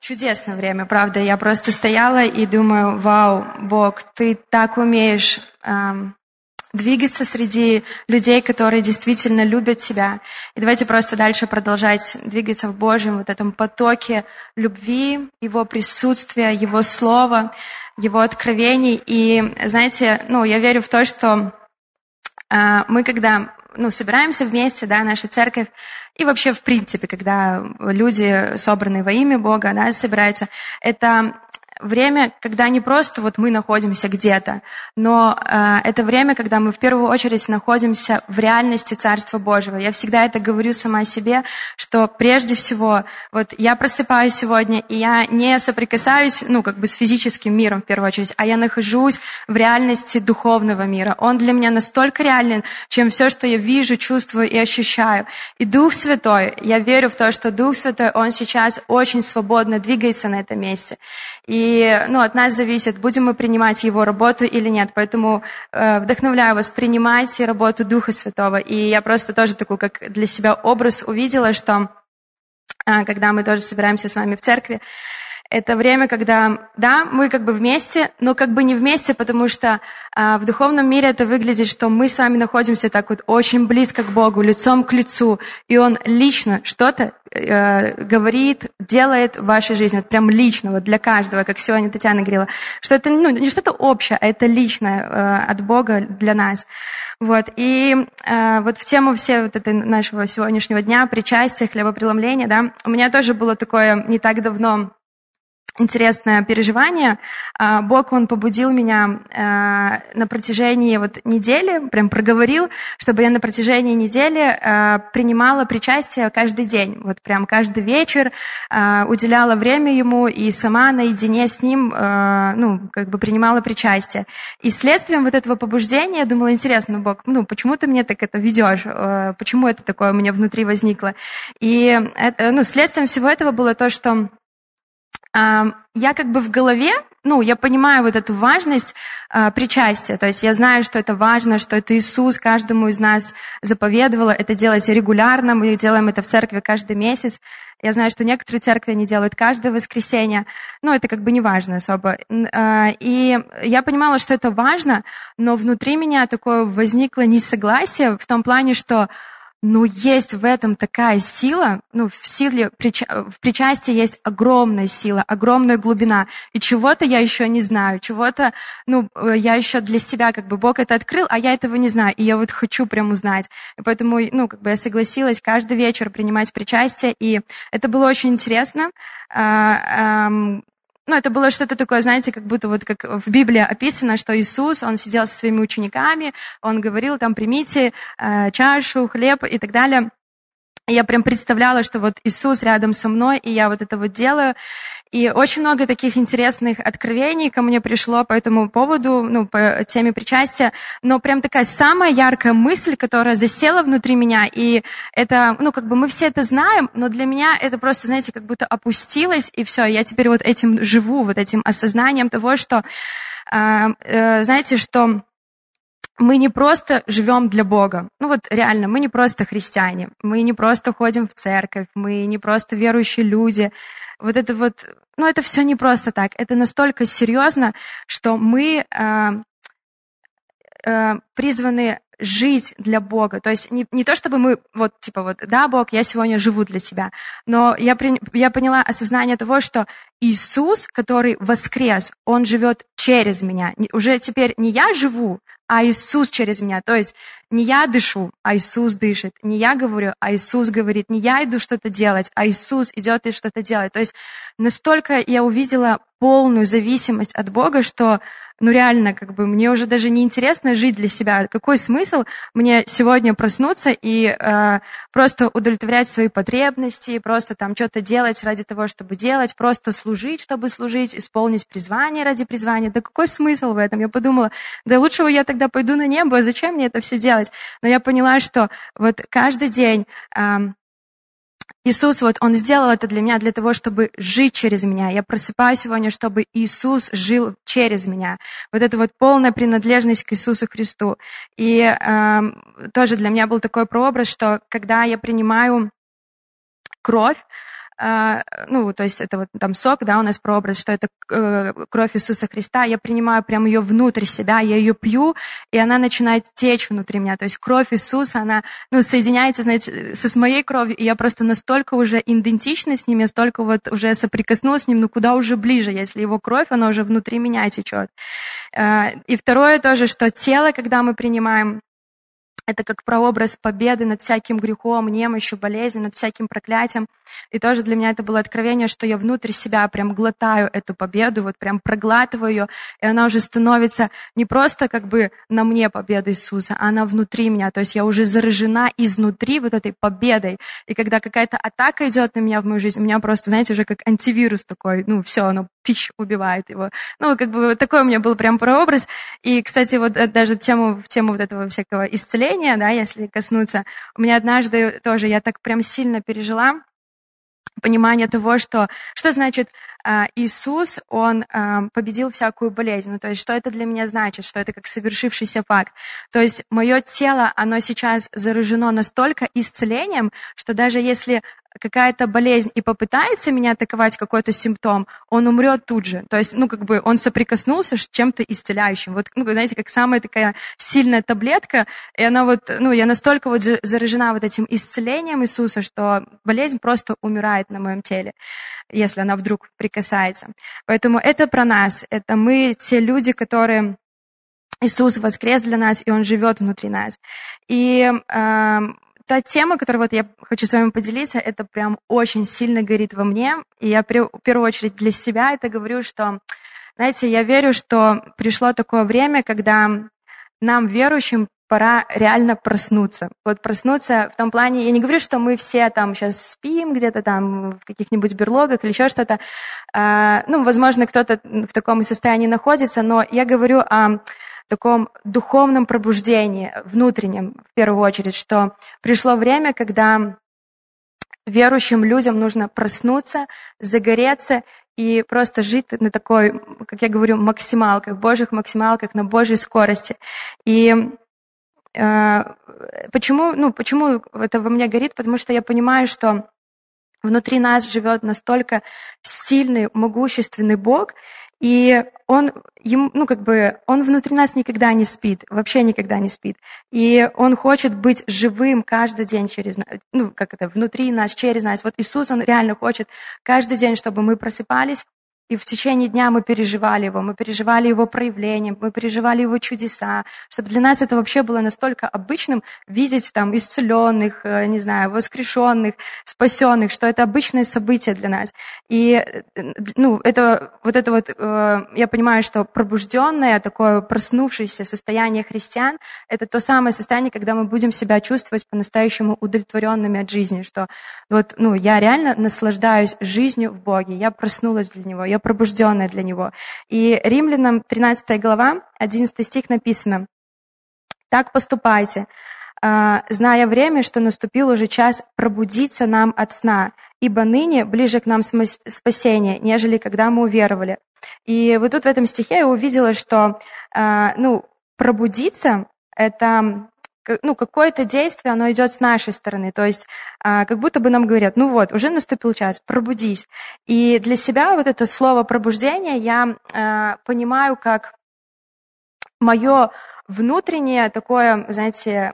Чудесное время, правда. Я просто стояла и думаю, вау, Бог, ты так умеешь двигаться среди людей, которые действительно любят тебя. И давайте просто дальше продолжать двигаться в Божьем вот этом потоке любви, Его присутствия, Его слова, Его откровений. И, знаете, я верю в то, что мы, когда собираемся вместе, да, наша церковь, и вообще, в принципе, когда люди, собранные во имя Бога, да, собираются, это время, когда не просто вот мы находимся где-то, но это время, когда мы в первую очередь находимся в реальности Царства Божьего. Я всегда это говорю сама себе, что прежде всего, вот я просыпаюсь сегодня, и я не соприкасаюсь, с физическим миром в первую очередь, а я нахожусь в реальности духовного мира. Он для меня настолько реален, чем все, что я вижу, чувствую и ощущаю. И Дух Святой, я верю в то, что Дух Святой, Он сейчас очень свободно двигается на этом месте. И от нас зависит, будем мы принимать Его работу или нет. Поэтому вдохновляю вас принимать работу Духа Святого. И я просто тоже такой, как для себя образ увидела, что когда мы тоже собираемся с вами в церкви, это время, когда, да, мы вместе, но не вместе, потому что в духовном мире это выглядит, что мы с вами находимся так вот очень близко к Богу, лицом к лицу, и Он лично что-то говорит, делает в вашей жизни, вот прям лично, вот для каждого, как сегодня Татьяна говорила, что это не что-то общее, а это личное от Бога для нас. Вот, и вот в тему нашего сегодняшнего дня, причастия, хлебопреломления, да, у меня тоже было такое не так давно интересное переживание. Бог, Он побудил меня на протяжении недели, прям проговорил, чтобы я на протяжении недели принимала причастие каждый день. Вот прям каждый вечер уделяла время Ему и сама наедине с Ним принимала причастие. И следствием этого побуждения я думала, интересно, Бог, почему ты мне так это ведешь? Почему это такое у меня внутри возникло? И следствием всего этого было то, что я в голове, я понимаю вот эту важность причастия, то есть я знаю, что это важно, что это Иисус каждому из нас заповедовал это делать регулярно, мы делаем это в церкви каждый месяц. Я знаю, что некоторые церкви они делают каждое воскресенье, это не важно особо. И я понимала, что это важно, но внутри меня такое возникло несогласие в том плане, что есть в этом такая сила, в причастии есть огромная сила, огромная глубина, и чего-то я еще не знаю, чего-то, я еще для себя, Бог это открыл, а я этого не знаю, и я хочу прям узнать. И поэтому, я согласилась каждый вечер принимать причастие, и это было очень интересно. Это было что-то такое, знаете, как будто как в Библии описано, что Иисус, Он сидел со своими учениками, Он говорил, примите чашу, хлеб и так далее. И я прям представляла, что Иисус рядом со мной, и я это делаю. И очень много таких интересных откровений ко мне пришло по этому поводу, по теме причастия. Но прям такая самая яркая мысль, которая засела внутри меня, и это, мы все это знаем, но для меня это просто, знаете, как будто опустилось, и все, я теперь этим живу, этим осознанием того, что, знаете, что мы не просто живем для Бога. Реально, мы не просто христиане, мы не просто ходим в церковь, мы не просто верующие люди. Это все не просто так. Это настолько серьезно, что мы призваны жить для Бога. То есть не то, чтобы мы да, Бог, я сегодня живу для себя. Но я поняла осознание того, что Иисус, который воскрес, Он живет через меня. Уже теперь не я живу, а Иисус через меня. То есть не я дышу, а Иисус дышит. Не я говорю, а Иисус говорит. Не я иду что-то делать, а Иисус идет и что-то делает. То есть настолько я увидела полную зависимость от Бога, что реально, мне уже даже не интересно жить для себя. Какой смысл мне сегодня проснуться и просто удовлетворять свои потребности, просто что-то делать ради того, чтобы делать, просто служить, чтобы служить, исполнить призвание ради призвания. Да какой смысл в этом? Я подумала, да лучше я тогда пойду на небо, зачем мне это все делать? Но я поняла, что каждый день Иисус, Он сделал это для меня, для того, чтобы жить через меня. Я просыпаюсь сегодня, чтобы Иисус жил через меня. Это полная принадлежность к Иисусу Христу. И тоже для меня был такой прообраз, что когда я принимаю кровь, ну, то есть это вот там сок, да, у нас прообраз, что это кровь Иисуса Христа, я принимаю прям ее внутрь себя, я ее пью, и она начинает течь внутри меня, то есть кровь Иисуса, она, ну, соединяется, знаете, с моей кровью, и я просто настолько уже идентична с ним, я столько вот уже соприкоснулась с ним, ну, куда уже ближе, если его кровь, она уже внутри меня течет. И второе тоже, что тело, когда мы принимаем, это как прообраз победы над всяким грехом, немощью, болезнью, над всяким проклятием. И тоже для меня это было откровение, что я внутрь себя прям глотаю эту победу, вот прям проглатываю ее, и она уже становится не просто как бы на мне победа Иисуса, а она внутри меня. То есть я уже заражена изнутри вот этой победой. И когда какая-то атака идет на меня в мою жизнь, у меня просто, знаете, уже как антивирус такой, ну все, оно убивает его. Ну, как бы такой у меня был прям прообраз. И, кстати, вот даже в тему вот этого всякого исцеления, да, если коснуться, у меня однажды тоже, я так прям сильно пережила понимание того, что значит Иисус, Он победил всякую болезнь. Ну, то есть, что это для меня значит, что это как совершившийся факт. То есть, мое тело, оно сейчас заражено настолько исцелением, что даже если какая-то болезнь и попытается меня атаковать, какой-то симптом, он умрет тут же. То есть, ну, как бы он соприкоснулся с чем-то исцеляющим. Вот, ну, знаете, как самая такая сильная таблетка, и она вот, ну, я настолько вот заражена вот этим исцелением Иисуса, что болезнь просто умирает на моем теле, если она вдруг прикасается. Поэтому это про нас, это мы те люди, которые... Иисус воскрес для нас, и Он живет внутри нас. И та тема, которую вот я хочу с вами поделиться, это прям очень сильно горит во мне. И я в первую очередь для себя это говорю, что, знаете, я верю, что пришло такое время, когда нам, верующим, пора реально проснуться. Вот проснуться в том плане, я не говорю, что мы все там сейчас спим где-то там в каких-нибудь берлогах или еще что-то. Ну, возможно, кто-то в таком состоянии находится, но я говорю о таком духовном пробуждении, внутреннем, в первую очередь, что пришло время, когда верующим людям нужно проснуться, загореться и просто жить на такой, как я говорю, максималках, Божьих максималках, на Божьей скорости. И почему это во мне горит? Потому что я понимаю, что внутри нас живет настолько сильный, могущественный Бог, и он внутри нас никогда не спит, вообще никогда не спит. И он хочет быть живым каждый день внутри нас, через нас. Вот Иисус, он реально хочет каждый день, чтобы мы просыпались, и в течение дня мы переживали его проявления, мы переживали его чудеса, чтобы для нас это вообще было настолько обычным видеть там исцеленных, не знаю, воскрешенных, спасенных, что это обычное событие для нас. И я понимаю, что пробужденное, такое проснувшееся состояние христиан, это то самое состояние, когда мы будем себя чувствовать по-настоящему удовлетворенными от жизни, что я реально наслаждаюсь жизнью в Боге, я проснулась для Него, я пробужденная для Него. И Римлянам 13 глава, 11 стих написано: «Так поступайте, зная время, что наступил уже час пробудиться нам от сна, ибо ныне ближе к нам спасение, нежели когда мы уверовали». И вот тут в этом стихе я увидела, что пробудиться — это какое-то действие, оно идет с нашей стороны. То есть как будто бы нам говорят: уже наступил час, пробудись. И для себя вот это слово «пробуждение» я понимаю как мое внутреннее такое, знаете,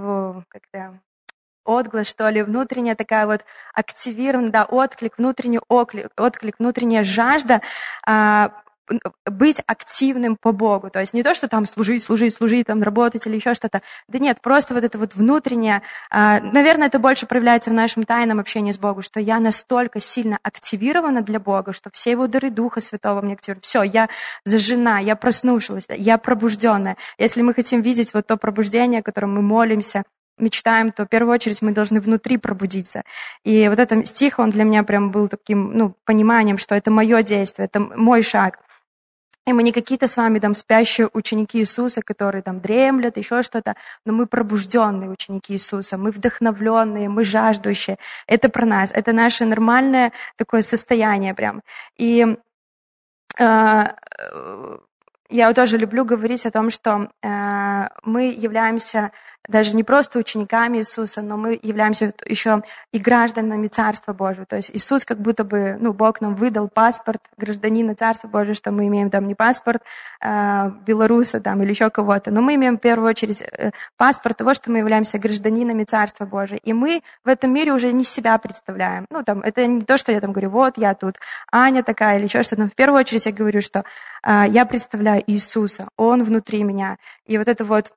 отглас, что ли, внутренняя такая вот активированная, отклик, внутренний отклик, внутренняя жажда быть активным по Богу. То есть не то, что там служить, там работать или еще что-то. Да нет, просто вот это вот внутреннее. Наверное, это больше проявляется в нашем тайном общении с Богом, что я настолько сильно активирована для Бога, что все его дары Духа Святого мне активируют. Все, я зажжена, я проснувшись, я пробужденная. Если мы хотим видеть вот то пробуждение, о котором мы молимся, мечтаем, то в первую очередь мы должны внутри пробудиться. И вот этот стих, он для меня прям был таким, пониманием, что это мое действие, это мой шаг. И мы не какие-то с вами там спящие ученики Иисуса, которые там дремлят, еще что-то, но мы пробужденные ученики Иисуса, мы вдохновленные, мы жаждущие. Это про нас, это наше нормальное такое состояние прям. И я тоже люблю говорить о том, что мы являемся даже не просто учениками Иисуса, но мы являемся еще и гражданами Царства Божьего. То есть Иисус как будто бы, Бог нам выдал паспорт гражданина Царства Божьего, что мы имеем там не паспорт белоруса там, или еще кого-то, но мы имеем в первую очередь паспорт того, что мы являемся гражданинами Царства Божьего. И мы в этом мире уже не себя представляем. Это не то, что я там говорю, вот я тут, Аня такая или еще что-то. Но в первую очередь я говорю, что я представляю Иисуса, Он внутри меня. И вот это вот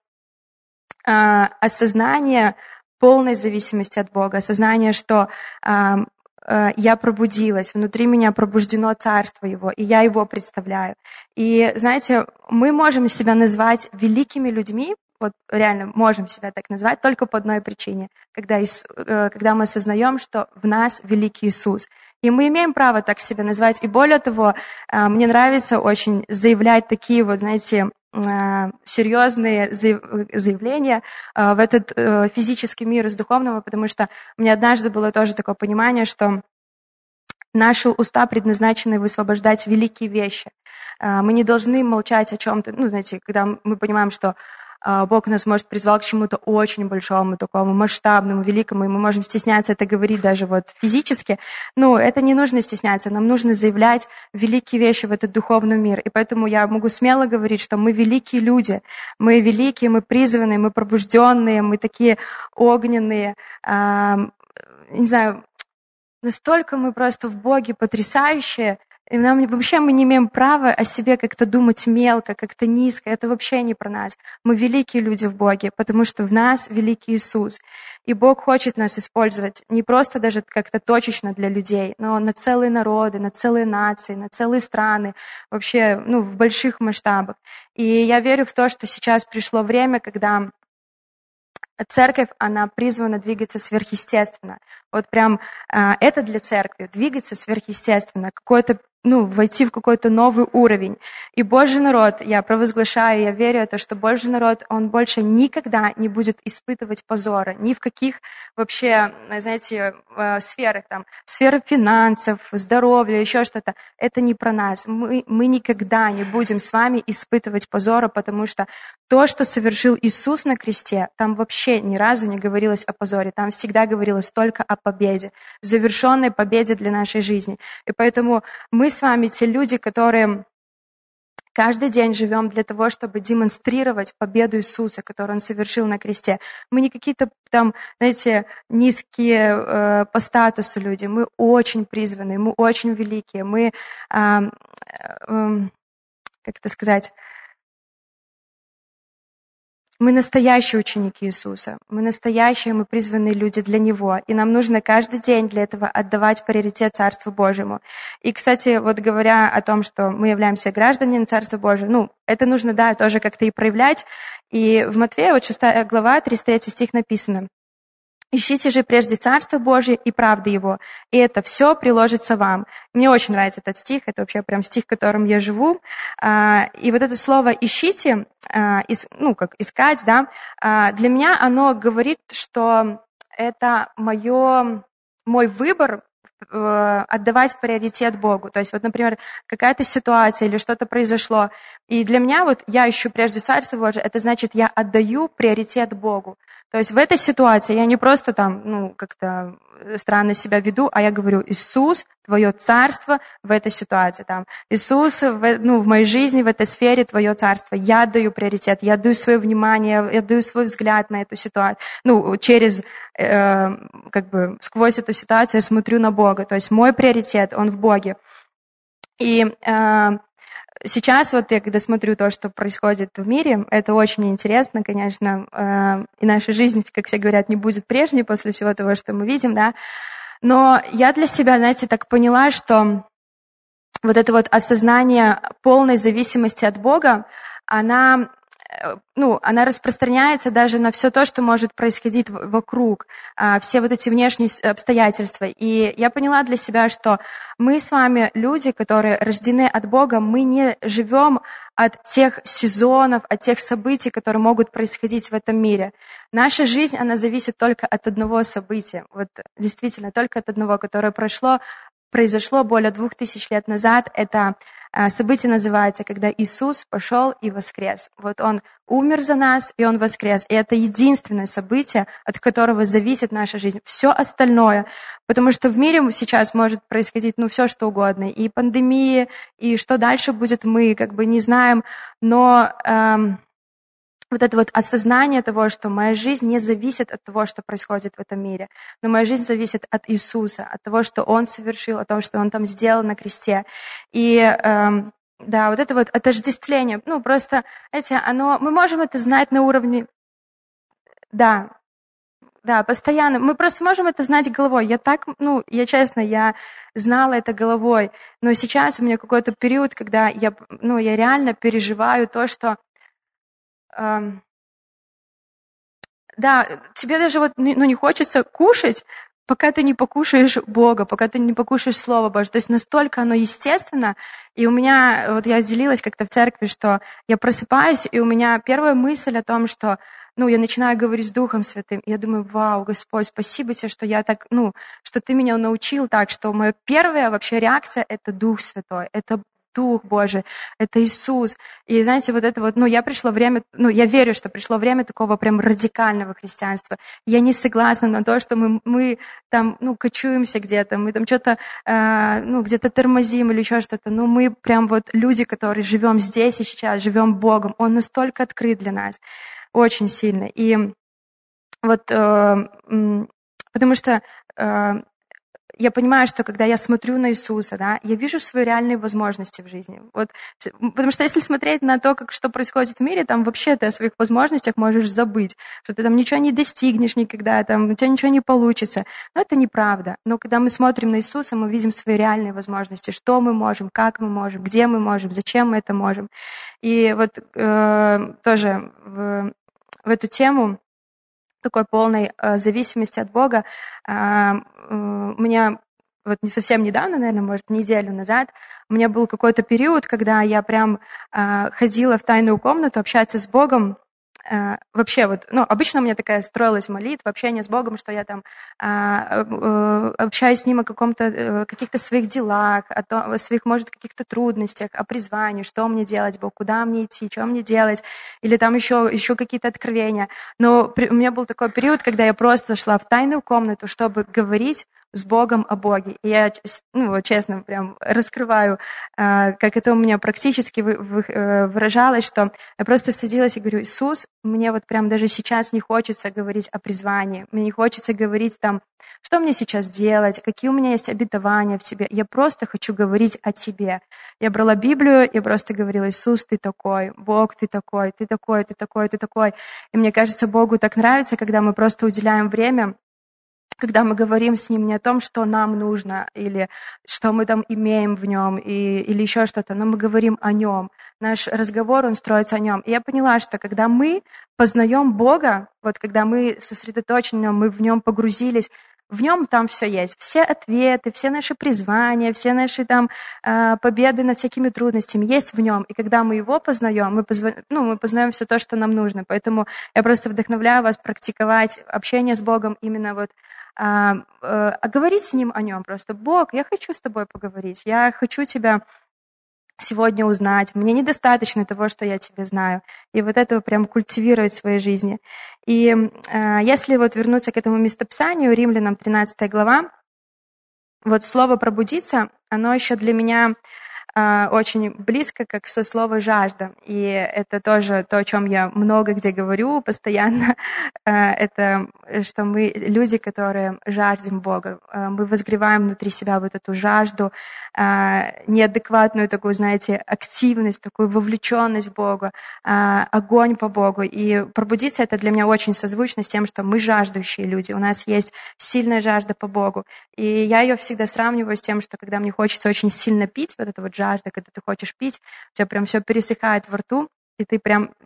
осознание полной зависимости от Бога, осознание, что я пробудилась, внутри меня пробуждено Царство Его, и я Его представляю. И, знаете, мы можем себя назвать великими людьми, вот реально можем себя так назвать, только по одной причине, когда мы осознаем, что в нас великий Иисус. И мы имеем право так себя назвать. И более того, мне нравится очень заявлять такие вот, знаете, серьезные заявления в этот физический мир из духовного, потому что у меня однажды было тоже такое понимание, что наши уста предназначены высвобождать великие вещи. Мы не должны молчать о чем-то, знаете, когда мы понимаем, что Бог нас, может, призвал к чему-то очень большому, такому масштабному, великому, и мы можем стесняться это говорить даже вот физически. Это не нужно стесняться, нам нужно заявлять великие вещи в этот духовный мир. И поэтому я могу смело говорить, что мы великие люди, мы великие, мы призванные, мы пробужденные, мы такие огненные, не знаю, настолько мы просто в Боге потрясающие, и мы не имеем права о себе как-то думать мелко, как-то низко. Это вообще не про нас. Мы великие люди в Боге, потому что в нас великий Иисус. И Бог хочет нас использовать не просто даже как-то точечно для людей, но на целые народы, на целые нации, на целые страны, вообще в больших масштабах. И я верю в то, что сейчас пришло время, когда церковь, она призвана двигаться сверхъестественно. Вот прям это для церкви, двигаться сверхъестественно, войти в какой-то новый уровень. И Божий народ, я провозглашаю, я верю в то, что Божий народ, он больше никогда не будет испытывать позора, ни в каких вообще, знаете, сферах, сфера финансов, здоровья, еще что-то. Это не про нас. Мы никогда не будем с вами испытывать позора, потому что то, что совершил Иисус на кресте, там вообще ни разу не говорилось о позоре, там всегда говорилось только о победе, завершенной победе для нашей жизни. И поэтому мы с вами те люди, которые каждый день живем для того, чтобы демонстрировать победу Иисуса, которую Он совершил на кресте. Мы не какие-то там, знаете, низкие по статусу люди. Мы очень призванные, мы очень великие. Мы, как это сказать, мы настоящие ученики Иисуса. Мы настоящие, мы призванные люди для Него. И нам нужно каждый день для этого отдавать приоритет Царству Божьему. И, кстати, вот говоря о том, что мы являемся гражданами Царства Божьего, это нужно, тоже как-то и проявлять. И в Матфея, 6 глава, 33 стих написано: «Ищите же прежде Царство Божие и правды Его, и это все приложится вам». Мне очень нравится этот стих, это вообще прям стих, в котором я живу. И вот это слово «ищите», как искать, для меня оно говорит, что это мой выбор отдавать приоритет Богу. То есть, вот, например, какая-то ситуация или что-то произошло, и для меня я ищу прежде Царство Божие, это значит, я отдаю приоритет Богу. То есть в этой ситуации я не просто как-то странно себя веду, а я говорю: Иисус, Твое Царство в этой ситуации. Иисус, в моей жизни, в этой сфере Твое Царство. Я отдаю приоритет, я отдаю свое внимание, я отдаю свой взгляд на эту ситуацию. Сквозь эту ситуацию я смотрю на Бога. То есть мой приоритет, Он в Боге. И сейчас я когда смотрю то, что происходит в мире, это очень интересно, конечно, и наша жизнь, как все говорят, не будет прежней после всего того, что мы видим, но я для себя, знаете, так поняла, что вот это вот осознание полной зависимости от Бога, она распространяется даже на все то, что может происходить вокруг, все вот эти внешние обстоятельства. И я поняла для себя, что мы с вами люди, которые рождены от Бога, мы не живем от тех сезонов, от тех событий, которые могут происходить в этом мире. Наша жизнь, она зависит только от одного события, действительно, только от одного, которое произошло более 2000 лет назад. Это событие называется, когда Иисус пошел и воскрес. Вот Он умер за нас, и Он воскрес. И это единственное событие, от которого зависит наша жизнь. Все остальное, потому что в мире сейчас может происходить, все что угодно. И пандемия, и что дальше будет, мы как бы не знаем. Но вот это вот осознание того, что моя жизнь не зависит от того, что происходит в этом мире, но моя жизнь зависит от Иисуса, от того, что Он совершил, от того, что Он там сделал на кресте. И да, вот это вот отождествление, просто, знаете, мы можем это знать на уровне, да, постоянно. Мы просто можем это знать головой. Я честно, я знала это головой, но сейчас у меня какой-то период, когда я реально переживаю то, что да, тебе даже вот не хочется кушать, пока ты не покушаешь Бога, пока ты не покушаешь Слово Божье. То есть настолько оно естественно. И у меня, вот я делилась как-то в церкви, что я просыпаюсь, и у меня первая мысль о том, что я начинаю говорить с Духом Святым. И я думаю, вау, Господь, спасибо тебе, что я так, что ты меня научил так, что моя первая вообще реакция — это Дух Святой, это Дух Божий, это Иисус. И знаете, вот это вот, я верю, что пришло время такого прям радикального христианства. Я не согласна на то, что мы там, кочуемся где-то, мы там что-то, где-то тормозим или еще что-то. Мы прям вот люди, которые живем здесь и сейчас, живем Богом. Он настолько открыт для нас, очень сильно. И вот, потому что я понимаю, что когда я смотрю на Иисуса, да, я вижу свои реальные возможности в жизни. Вот, потому что если смотреть на то, что происходит в мире, там вообще ты о своих возможностях можешь забыть, что ты там ничего не достигнешь никогда, там у тебя ничего не получится. Но это неправда. Но когда мы смотрим на Иисуса, мы видим свои реальные возможности, что мы можем, как мы можем, где мы можем, зачем мы это можем. И вот тоже в эту тему такой полной зависимости от Бога. У меня вот не совсем недавно, наверное, может, неделю назад, у меня был какой-то период, когда я прям ходила в тайную комнату общаться с Богом. Вообще вот, обычно у меня такая строилась молитва, общение с Богом, что я там общаюсь с Ним о каких-то своих делах, о своих, может, каких-то трудностях, о призвании, что мне делать, Бог, куда мне идти, что мне делать, или там еще какие-то откровения. Но у меня был такой период, когда я просто шла в тайную комнату, чтобы говорить с Богом о Боге. И я, честно, прям раскрываю, как это у меня практически выражалось, что я просто садилась и говорю, Иисус, мне вот прям даже сейчас не хочется говорить о призвании, мне не хочется говорить там, что мне сейчас делать, какие у меня есть обетования в Тебе. Я просто хочу говорить о Тебе. Я брала Библию, я просто говорила, Иисус, Ты такой, Бог, Ты такой, Ты такой, Ты такой, Ты такой. И мне кажется, Богу так нравится, когда мы просто уделяем время, когда мы говорим с Ним не о том, что нам нужно, или что мы там имеем в Нем, или еще что-то, но мы говорим о Нем. Наш разговор, он строится о Нем. И я поняла, что когда мы познаем Бога, вот когда мы сосредоточены на Нем, мы в Нем погрузились, в Нем там все есть. Все ответы, все наши призвания, все наши там победы над всякими трудностями есть в Нем. И когда мы Его познаем, мы познаем все то, что нам нужно. Поэтому я просто вдохновляю вас практиковать общение с Богом именно вот говорить с Ним о Нем просто. Бог, я хочу с Тобой поговорить, я хочу Тебя сегодня узнать. Мне недостаточно того, что я Тебя знаю. И вот этого прям культивировать в своей жизни. И если вот вернуться к этому местописанию, Римлянам 13 глава, вот слово «пробудиться», оно еще для меня очень близко, как со слова «жажда». И это тоже то, о чем я много где говорю постоянно. Это что мы люди, которые жаждем Бога. Мы возгреваем внутри себя вот эту жажду, неадекватную такую, знаете, активность, такую вовлеченность в Бога, огонь по Богу. И пробудиться — это для меня очень созвучно с тем, что мы жаждущие люди. У нас есть сильная жажда по Богу. И я ее всегда сравниваю с тем, что когда мне хочется очень сильно пить, вот это вот жажда, когда ты хочешь пить, у тебя прям все пересыхает во рту, и ты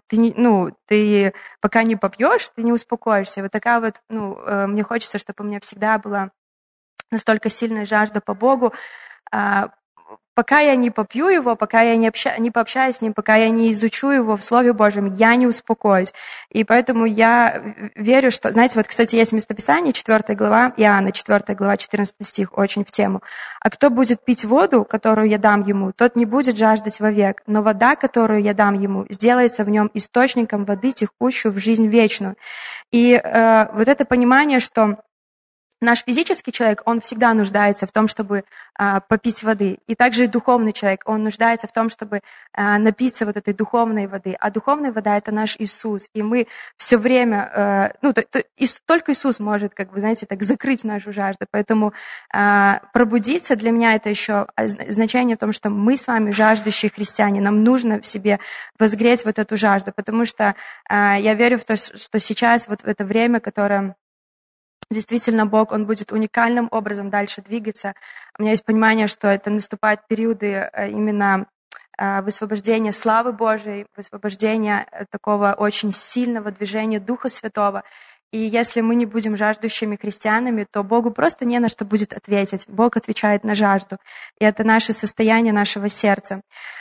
пока не попьешь, ты не успокоишься. И вот такая вот, мне хочется, чтобы у меня всегда была настолько сильная жажда по Богу, пока я не попью его, пока я не пообщаюсь с ним, пока я не изучу его в Слове Божьем, я не успокоюсь. И поэтому я верю, что... Знаете, вот, кстати, есть местописание, 4 глава, Иоанна, 4 глава, 14 стих, очень в тему. «А кто будет пить воду, которую я дам ему, тот не будет жаждать вовек, но вода, которую я дам ему, сделается в нем источником воды, текущую в жизнь вечную». И вот это понимание, что наш физический человек, он всегда нуждается в том, чтобы попить воды. И также и духовный человек, он нуждается в том, чтобы напиться вот этой духовной воды. А духовная вода – это наш Иисус. И мы все время... только Иисус может, как бы, знаете, так закрыть нашу жажду. Поэтому пробудиться для меня – это еще значение в том, что мы с вами жаждущие христиане. Нам нужно в себе возгреть вот эту жажду. Потому что я верю в то, что сейчас, вот в это время, которое... Действительно, Бог, Он будет уникальным образом дальше двигаться. У меня есть понимание, что это наступают периоды именно высвобождения славы Божией, высвобождения такого очень сильного движения Духа Святого. И если мы не будем жаждущими христианами, то Богу просто не на что будет ответить. Бог отвечает на жажду. И это наше состояние нашего сердца.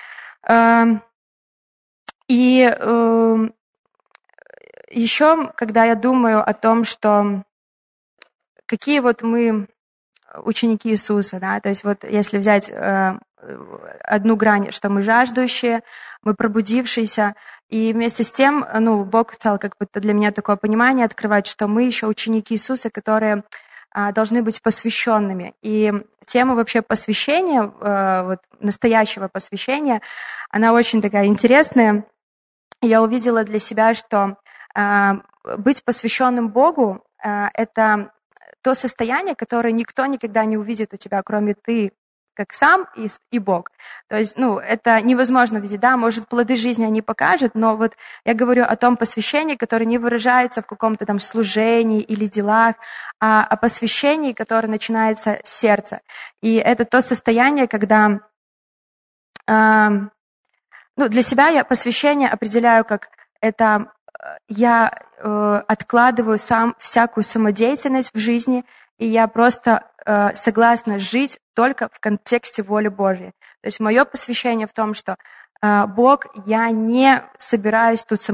И еще, когда я думаю о том, что какие вот мы ученики Иисуса, да, то есть вот если взять одну грань, что мы жаждущие, мы пробудившиеся, и вместе с тем, Бог стал как бы для меня такое понимание открывать, что мы еще ученики Иисуса, которые должны быть посвященными. И тема вообще посвящения, вот настоящего посвящения, она очень такая интересная. Я увидела для себя, что быть посвященным Богу – это то состояние, которое никто никогда не увидит у тебя, кроме ты, как сам и Бог. То есть, это невозможно увидеть. Да, может, плоды жизни они покажут, но вот я говорю о том посвящении, которое не выражается в каком-то там служении или делах, а о посвящении, которое начинается с сердца. И это то состояние, когда... для себя я посвящение определяю как это... Я откладываю всякую самодеятельность в жизни, и я просто согласна жить только в контексте воли Божьей. То есть мое посвящение в том, что Бог, я не собираюсь тут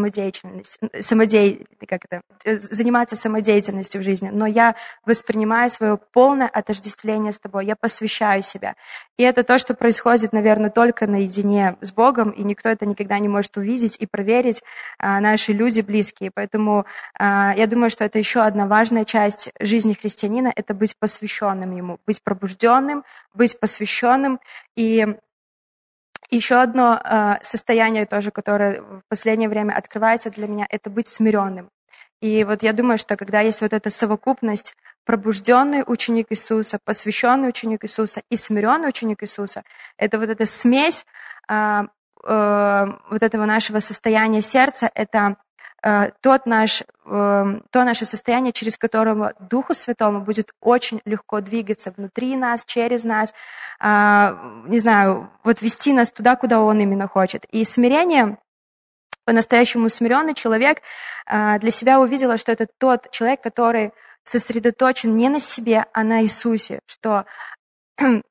заниматься самодеятельностью в жизни, но я воспринимаю свое полное отождествление с Тобой, я посвящаю себя. И это то, что происходит, наверное, только наедине с Богом, и никто это никогда не может увидеть и проверить, наши люди близкие. Поэтому я думаю, что это еще одна важная часть жизни христианина, это быть посвященным Ему, быть пробужденным, быть посвященным. И еще одно состояние тоже, которое в последнее время открывается для меня, это быть смиренным. И вот я думаю, что когда есть вот эта совокупность пробужденный ученик Иисуса, посвященный ученик Иисуса и смиренный ученик Иисуса, это вот эта смесь вот этого нашего состояния сердца, это то наше состояние, через которое Духу Святому будет очень легко двигаться внутри нас, через нас, не знаю, вот вести нас туда, куда Он именно хочет. И смирение, по-настоящему смиренный человек для себя увидела, что это тот человек, который сосредоточен не на себе, а на Иисусе, что, как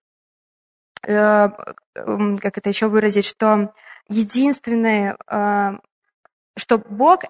это еще выразить, что единственное... что Бог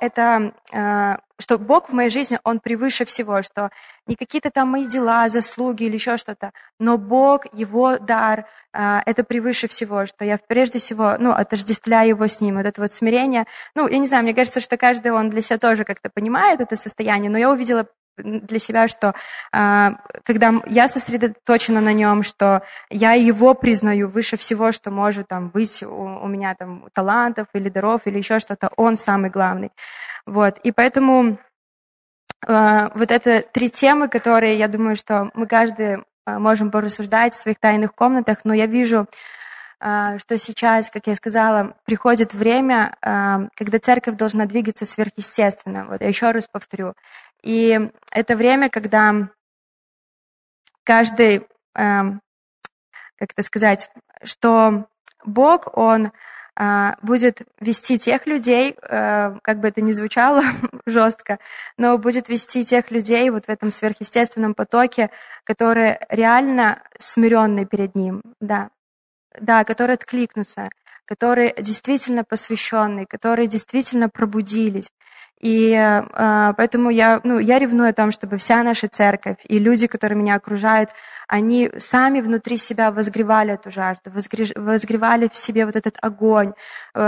в моей жизни, Он превыше всего, что не какие-то там мои дела, заслуги или еще что-то, но Бог, Его дар, это превыше всего, что я прежде всего, отождествляю Его с Ним. Вот это вот смирение, я не знаю, мне кажется, что каждый, он для себя тоже как-то понимает это состояние, но я увидела для себя, что когда я сосредоточена на Нем, что я Его признаю выше всего, что может там быть у меня там талантов или даров или еще что-то, Он самый главный. Вот. И поэтому вот это 3 темы, которые, я думаю, что мы каждый можем порассуждать в своих тайных комнатах, но я вижу, что сейчас, как я сказала, приходит время, когда церковь должна двигаться сверхъестественно. Вот я еще раз повторю. И это время, когда каждый, как это сказать, что Бог, Он будет вести тех людей, как бы это ни звучало жестко, но будет вести тех людей вот в этом сверхъестественном потоке, которые реально смиренные перед Ним, да. которые откликнутся, которые действительно посвященные, которые действительно пробудились. И поэтому я ревную о том, чтобы вся наша церковь и люди, которые меня окружают, они сами внутри себя возгревали эту жажду, возгревали в себе вот этот огонь. У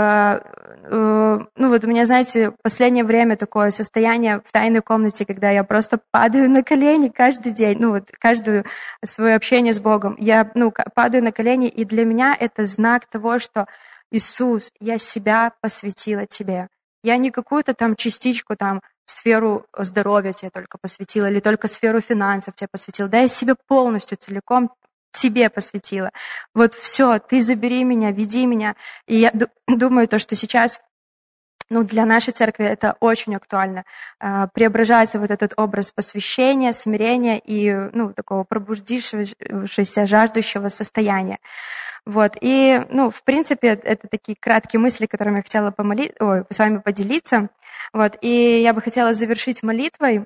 меня, знаете, в последнее время такое состояние в тайной комнате, когда я просто падаю на колени каждый день, каждое свое общение с Богом. Я падаю на колени, и для меня это знак того, что Иисус, я себя посвятила Тебе. Я не какую-то там частичку, сферу здоровья тебе только посвятила, или только сферу финансов тебе посвятила. Да, я себя полностью, целиком Тебе посвятила. Вот все, Ты забери меня, веди меня. И я думаю, что сейчас для нашей церкви это очень актуально. Преображается вот этот образ посвящения, смирения и такого пробудившегося, жаждущего состояния. И, в принципе, это такие краткие мысли, которыми я хотела с вами поделиться. И я бы хотела завершить молитвой,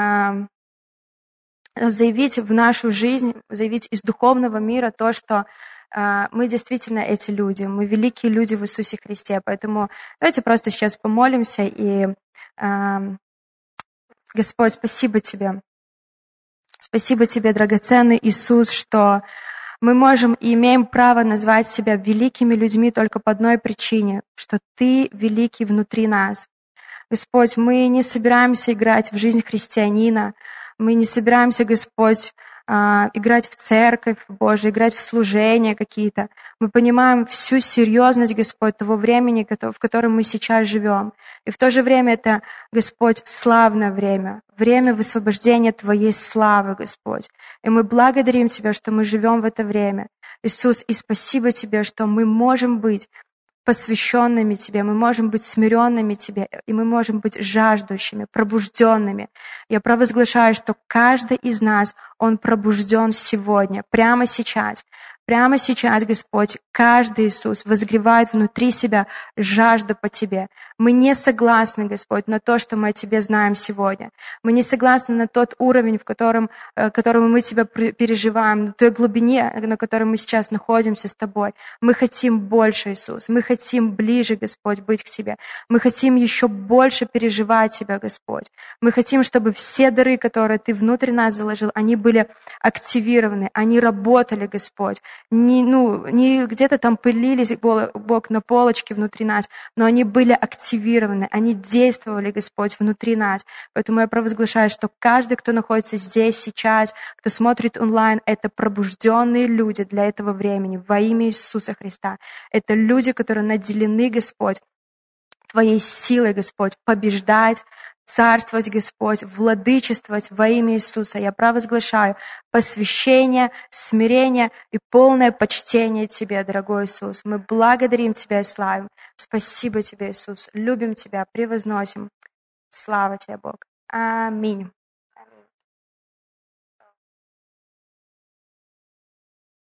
заявить в нашу жизнь, заявить из духовного мира то, что мы действительно эти люди, мы великие люди в Иисусе Христе. Поэтому давайте просто сейчас помолимся. И, Господь, спасибо Тебе. Спасибо Тебе, драгоценный Иисус, что мы можем и имеем право назвать себя великими людьми только по одной причине, что Ты великий внутри нас. Господь, мы не собираемся играть в жизнь христианина, мы не собираемся, Господь, играть в церковь Божию, играть в служения какие-то. Мы понимаем всю серьезность, Господь, того времени, в котором мы сейчас живем. И в то же время это, Господь, славное время высвобождения Твоей славы, Господь. И мы благодарим Тебя, что мы живем в это время. Иисус, и спасибо Тебе, что мы можем быть посвященными Тебе, мы можем быть смиренными Тебе, и мы можем быть жаждущими, пробужденными. Я провозглашаю, что каждый из нас, он пробужден сегодня, прямо сейчас. Прямо сейчас, Господь, каждый Иисус возгревает внутри себя жажду по Тебе. Мы не согласны, Господь, на то, что мы о Тебе знаем сегодня. Мы не согласны на тот уровень, в котором мы Тебя переживаем, на той глубине, на которой мы сейчас находимся с Тобой. Мы хотим больше, Иисус. Мы хотим ближе, Господь, быть к Тебе. Мы хотим еще больше переживать Тебя, Господь. Мы хотим, чтобы все дары, которые Ты внутрь нас заложил, они были активированы, они работали, Господь. Не где-то там пылились, Бог, на полочке внутри нас, но они были активированы, они действовали, Господь, внутри нас. Поэтому я провозглашаю, что каждый, кто находится здесь, сейчас, кто смотрит онлайн, это пробужденные люди для этого времени во имя Иисуса Христа. Это люди, которые наделены, Господь, Твоей силой, Господь, побеждать, царствовать, Господь, владычествовать во имя Иисуса. Я провозглашаю посвящение, смирение и полное почтение Тебе, дорогой Иисус. Мы благодарим Тебя и славим. Спасибо Тебе, Иисус. Любим Тебя, превозносим. Слава Тебе, Бог. Аминь.